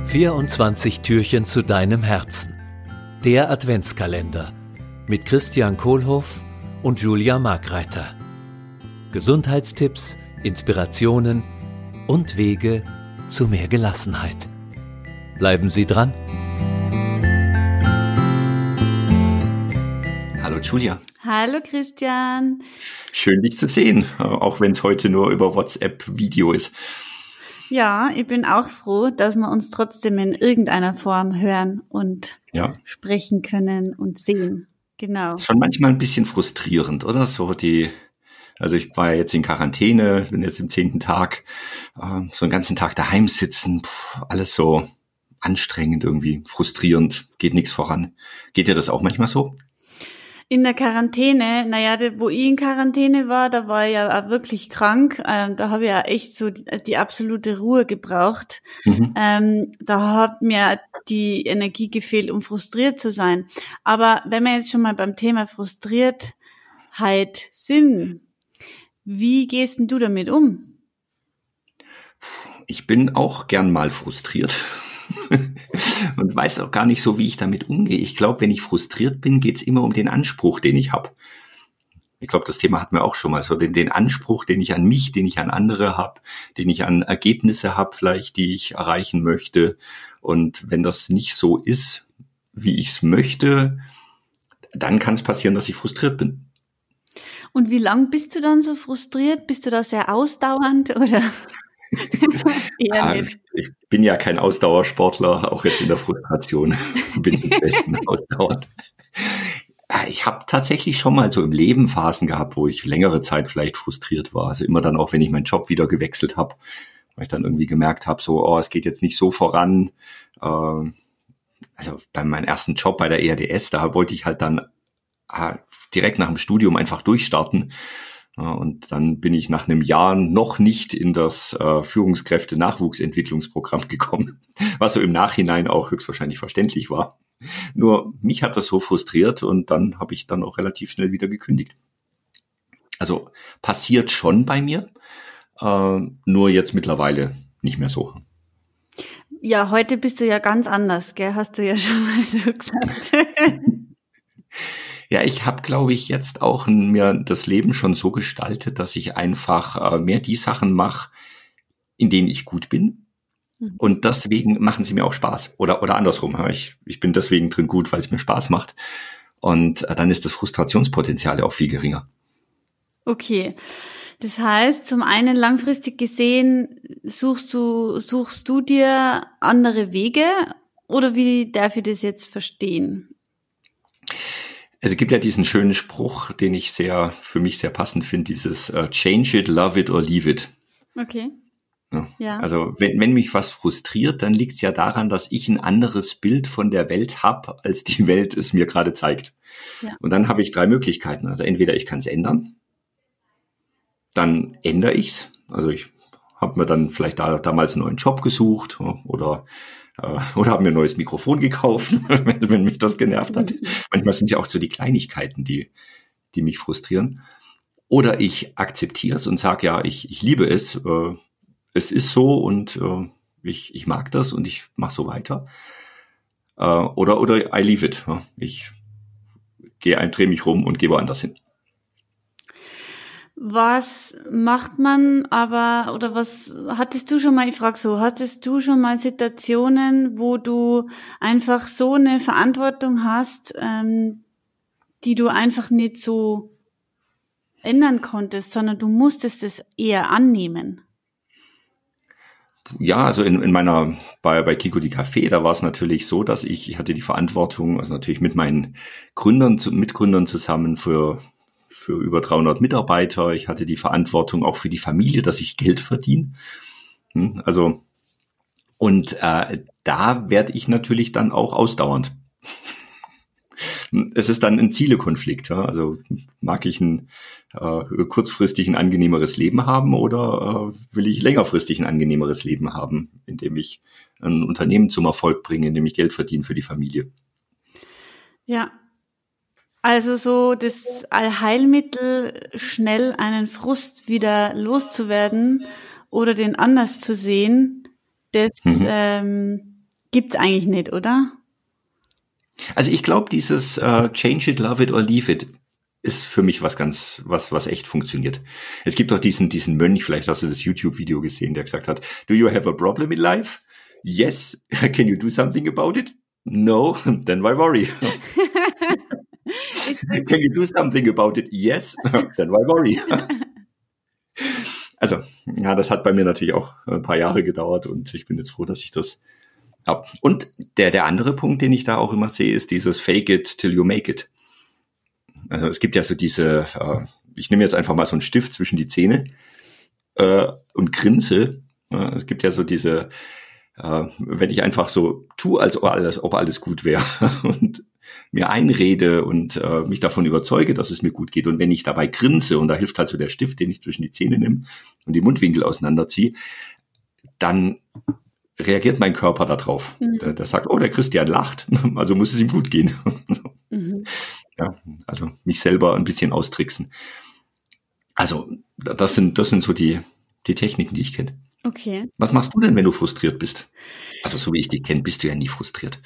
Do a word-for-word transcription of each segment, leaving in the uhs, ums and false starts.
vierundzwanzig Türchen zu deinem Herzen. Der Adventskalender mit Christian Kohlhoff und Julia Markreiter. Gesundheitstipps, Inspirationen und Wege zu mehr Gelassenheit. Bleiben Sie dran. Hallo Julia. Hallo Christian. Schön, dich zu sehen, auch wenn es heute nur über WhatsApp-Video ist. Ja, ich bin auch froh, dass wir uns trotzdem in irgendeiner Form hören und ja. sprechen können und sehen. Genau. Schon manchmal ein bisschen frustrierend, oder? So die, also ich war ja jetzt in Quarantäne, bin jetzt im zehnten Tag, äh, so einen ganzen Tag daheim sitzen, pff, alles so anstrengend irgendwie, frustrierend, geht nichts voran. Geht dir das auch manchmal so? In der Quarantäne, naja, wo ich in Quarantäne war, da war ich ja auch wirklich krank. Ähm, da habe ich ja echt so die, die absolute Ruhe gebraucht. Mhm. Ähm, da hat mir die Energie gefehlt, um frustriert zu sein. Aber wenn wir jetzt schon mal beim Thema Frustriertheit sind, wie gehst denn du damit um? Ich bin auch gern mal frustriert. Und weiß auch gar nicht so, wie ich damit umgehe. Ich glaube, wenn ich frustriert bin, geht es immer um den Anspruch, den ich habe. Ich glaube, das Thema hatten wir auch schon mal so, den, den Anspruch, den ich an mich, den ich an andere habe, den ich an Ergebnisse habe vielleicht, die ich erreichen möchte. Und wenn das nicht so ist, wie ich es möchte, dann kann es passieren, dass ich frustriert bin. Und wie lang bist du dann so frustriert? Bist du da sehr ausdauernd oder? Ja, ich, ich bin ja kein Ausdauersportler, auch jetzt in der Frustration bin ich selten ausdauernd. Ich habe tatsächlich schon mal so im Leben Phasen gehabt, wo ich längere Zeit vielleicht frustriert war. Also immer dann auch, wenn ich meinen Job wieder gewechselt habe, weil ich dann irgendwie gemerkt habe, so, oh, es geht jetzt nicht so voran. Also bei meinem ersten Job bei der E R D S, da wollte ich halt dann direkt nach dem Studium einfach durchstarten. Und dann bin ich nach einem Jahr noch nicht in das äh, Führungskräfte-Nachwuchsentwicklungsprogramm gekommen, was so im Nachhinein auch höchstwahrscheinlich verständlich war. Nur mich hat das so frustriert und dann habe ich dann auch relativ schnell wieder gekündigt. Also passiert schon bei mir, äh, nur jetzt mittlerweile nicht mehr so. Ja, heute bist du ja ganz anders, gell? Hast du ja schon mal so gesagt. Ja, ich habe, glaube ich, jetzt auch mir das Leben schon so gestaltet, dass ich einfach äh, mehr die Sachen mache, in denen ich gut bin. Mhm. Und deswegen machen sie mir auch Spaß. Oder oder andersrum. Ich, ich bin deswegen drin gut, weil es mir Spaß macht. Und äh, dann ist das Frustrationspotenzial ja auch viel geringer. Okay. Das heißt, zum einen langfristig gesehen, suchst du, suchst du dir andere Wege? Oder wie darf ich das jetzt verstehen? Es gibt ja diesen schönen Spruch, den ich sehr, für mich sehr passend finde, dieses uh, Change it, love it or leave it. Okay. Ja. Ja. Also wenn, wenn mich was frustriert, dann liegt es ja daran, dass ich ein anderes Bild von der Welt habe, als die Welt es mir gerade zeigt. Ja. Und dann habe ich drei Möglichkeiten. Also entweder ich kann es ändern, dann ändere ich es. Also ich habe mir dann vielleicht da, damals einen neuen Job gesucht oder Oder habe mir ein neues Mikrofon gekauft, wenn, wenn mich das genervt hat. Manchmal sind es ja auch so die Kleinigkeiten, die, die mich frustrieren. Oder ich akzeptiere es und sage, ja, ich, ich liebe es. Äh, es ist so und äh, ich, ich mag das und ich mache so weiter. Äh, oder, oder I leave it. Ja. Ich gehe ein, drehe mich rum und gehe woanders hin. Was macht man aber, oder was hattest du schon mal, ich frage so, hattest du schon mal Situationen, wo du einfach so eine Verantwortung hast, ähm, die du einfach nicht so ändern konntest, sondern du musstest es eher annehmen? Ja, also in, in meiner, bei, bei Kiko die Café, da war es natürlich so, dass ich, ich hatte die Verantwortung, also natürlich mit meinen Gründern, Mitgründern zusammen für für über dreihundert Mitarbeiter. Ich hatte die Verantwortung auch für die Familie, dass ich Geld verdiene. Also, und äh, da werde ich natürlich dann auch ausdauernd. Es ist dann ein Zielekonflikt. Ja? Also mag ich ein äh, kurzfristig ein angenehmeres Leben haben oder äh, will ich längerfristig ein angenehmeres Leben haben, indem ich ein Unternehmen zum Erfolg bringe, indem ich Geld verdiene für die Familie. Ja. Also so das Allheilmittel, schnell einen Frust wieder loszuwerden oder den anders zu sehen, das mhm. ähm, Gibt's eigentlich nicht, oder? Also ich glaube, dieses uh, Change it, love it or leave it ist für mich was ganz, was, was echt funktioniert. Es gibt doch diesen, diesen Mönch, vielleicht hast du das YouTube-Video gesehen, der gesagt hat, do you have a problem in life? Yes. Can you do something about it? No. Then why worry? Can you do something about it? Yes. Then why worry? Also, ja, das hat bei mir natürlich auch ein paar Jahre gedauert und ich bin jetzt froh, dass ich das habe. Und der, der andere Punkt, den ich da auch immer sehe, ist dieses Fake it till you make it. Also es gibt ja so diese, äh, ich nehme jetzt einfach mal so einen Stift zwischen die Zähne äh, und grinse. Äh, es gibt ja so diese, äh, wenn ich einfach so tue, als ob alles, ob alles gut wäre und mir einrede und äh, mich davon überzeuge, dass es mir gut geht. Und wenn ich dabei grinse, und da hilft halt so der Stift, den ich zwischen die Zähne nehme und die Mundwinkel auseinanderziehe, dann reagiert mein Körper darauf. Mhm. Der, der sagt, oh, der Christian lacht, also muss es ihm gut gehen. Mhm. Ja, also mich selber ein bisschen austricksen. Also das sind, das sind so die, die Techniken, die ich kenne. Okay. Was machst du denn, wenn du frustriert bist? Also so wie ich dich kenne, bist du ja nie frustriert.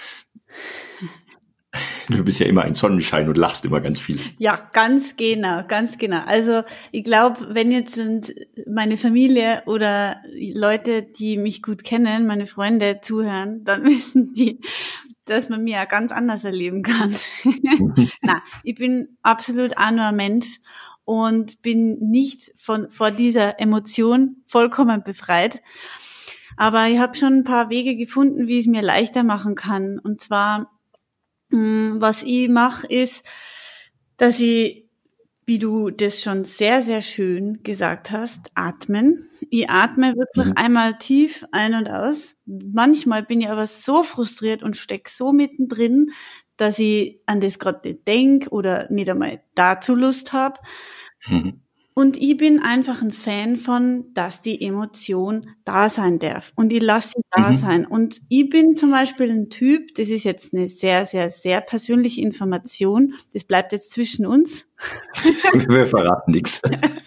Du bist ja immer ein Sonnenschein und lachst immer ganz viel. Ja, ganz genau, ganz genau. Also ich glaube, wenn jetzt sind meine Familie oder Leute, die mich gut kennen, meine Freunde zuhören, dann wissen die, dass man mich ja ganz anders erleben kann. Na, ich bin absolut auch nur ein Mensch und bin nicht von vor dieser Emotion vollkommen befreit. Aber ich habe schon ein paar Wege gefunden, wie ich es mir leichter machen kann. Und zwar was ich mache, ist, dass ich, wie du das schon sehr, sehr schön gesagt hast, atmen. Ich atme wirklich mhm. einmal tief ein und aus. Manchmal bin ich aber so frustriert und stecke so mittendrin, dass ich an das gerade nicht denke oder nicht einmal dazu Lust habe. Mhm. Und ich bin einfach ein Fan von, dass die Emotion da sein darf. Und ich lasse sie da mhm. sein. Und ich bin zum Beispiel ein Typ, das ist jetzt eine sehr, sehr, sehr persönliche Information. Das bleibt jetzt zwischen uns. Wir verraten nichts.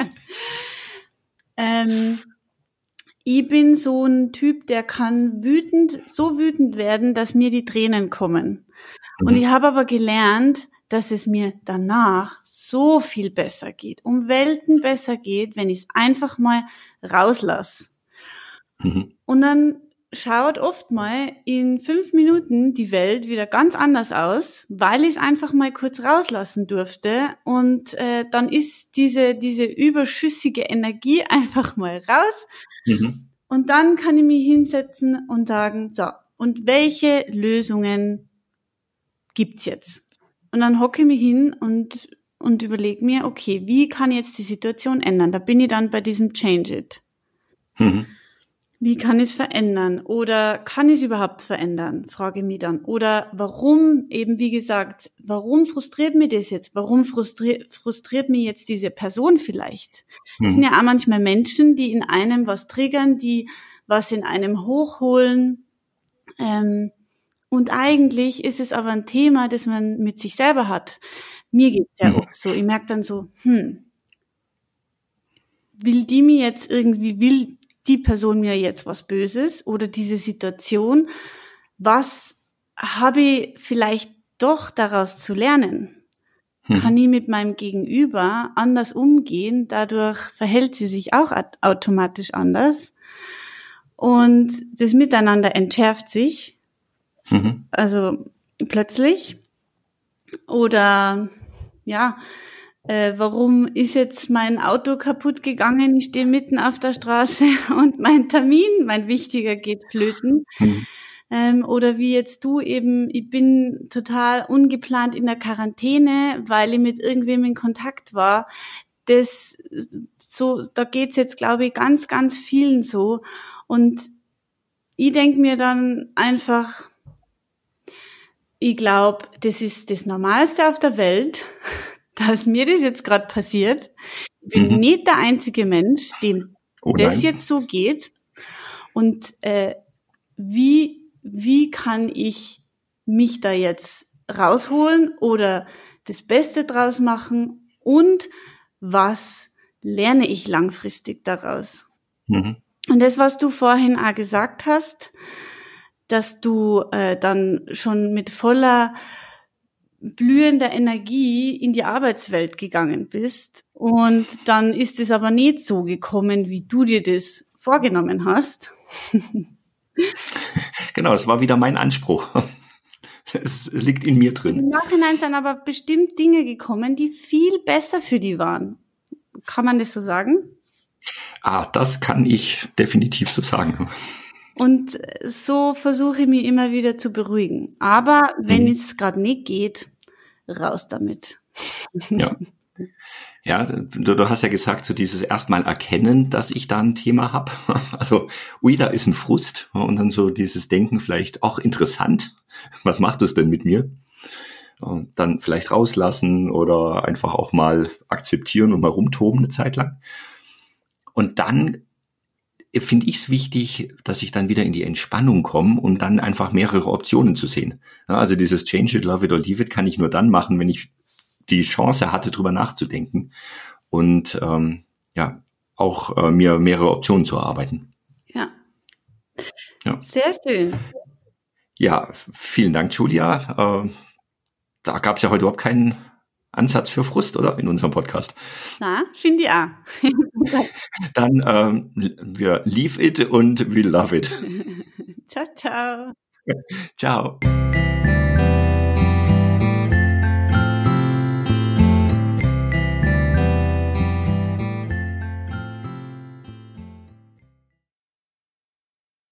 ähm, ich bin so ein Typ, der kann wütend, so wütend werden, dass mir die Tränen kommen. Mhm. Und ich habe aber gelernt, dass es mir danach so viel besser geht, um Welten besser geht, wenn ich es einfach mal rauslasse. Mhm. Und dann schaut oft mal in fünf Minuten die Welt wieder ganz anders aus, weil ich es einfach mal kurz rauslassen durfte. Und äh, dann ist diese diese überschüssige Energie einfach mal raus. Mhm. Und dann kann ich mich hinsetzen und sagen, so, und welche Lösungen gibt's jetzt? Und dann hocke ich mich hin und, und überlege mir, okay, wie kann ich jetzt die Situation ändern? Da bin ich dann bei diesem Change it. Mhm. Wie kann ich es verändern? Oder kann ich es überhaupt verändern? Frage ich mich dann. Oder warum, eben wie gesagt, warum frustriert mich das jetzt? Warum frustriert, frustriert mich jetzt diese Person vielleicht? Mhm. Es sind ja auch manchmal Menschen, die in einem was triggern, die was in einem hochholen, ähm, und eigentlich ist es aber ein Thema, das man mit sich selber hat. Mir geht's ja auch so. Ich merke dann so, hm, will die mir jetzt irgendwie, will die Person mir jetzt was Böses oder diese Situation? Was habe ich vielleicht doch daraus zu lernen? Hm. Kann ich mit meinem Gegenüber anders umgehen? Dadurch verhält sie sich auch automatisch anders. Und das Miteinander entschärft sich. Mhm. Also plötzlich. Oder ja, äh, warum ist jetzt mein Auto kaputt gegangen? Ich stehe mitten auf der Straße und mein Termin, mein wichtiger, geht flöten. Mhm. Ähm, oder wie jetzt du eben, ich bin total ungeplant in der Quarantäne, weil ich mit irgendwem in Kontakt war. Das so, da geht's jetzt, glaube ich, ganz, ganz vielen so. Und ich denke mir dann einfach, ich glaube, das ist das Normalste auf der Welt, dass mir das jetzt gerade passiert. Ich bin mhm. nicht der einzige Mensch, dem oh das jetzt so geht. Und äh, wie wie kann ich mich da jetzt rausholen oder das Beste draus machen? Und was lerne ich langfristig daraus? Mhm. Und das, was du vorhin auch gesagt hast, dass du äh, dann schon mit voller blühender Energie in die Arbeitswelt gegangen bist und dann ist es aber nicht so gekommen, wie du dir das vorgenommen hast. Genau, das war wieder mein Anspruch. Es liegt in mir drin. Im Nachhinein sind aber bestimmt Dinge gekommen, die viel besser für die waren. Kann man das so sagen? Ah, das kann ich definitiv so sagen. Und so versuche ich mich immer wieder zu beruhigen. Aber wenn mhm. es gerade nicht geht, raus damit. Ja. Ja, du, du hast ja gesagt, so dieses erstmal erkennen, dass ich da ein Thema habe. Also, ui, da ist ein Frust. Und dann so dieses Denken vielleicht auch interessant. Was macht es denn mit mir? Und dann vielleicht rauslassen oder einfach auch mal akzeptieren und mal rumtoben eine Zeit lang. Und dann finde ich es wichtig, dass ich dann wieder in die Entspannung komme und dann einfach mehrere Optionen zu sehen. Ja, also dieses Change it, love it or leave it kann ich nur dann machen, wenn ich die Chance hatte, drüber nachzudenken und ähm, ja auch äh, mir mehrere Optionen zu erarbeiten. Ja. ja. Sehr schön. Ja, vielen Dank, Julia. Äh, da gab es ja heute überhaupt keinen Ansatz für Frust, oder? In unserem Podcast. Na, finde ich auch. Dann ähm, wir leave it und we love it. Ciao, ciao. Ciao.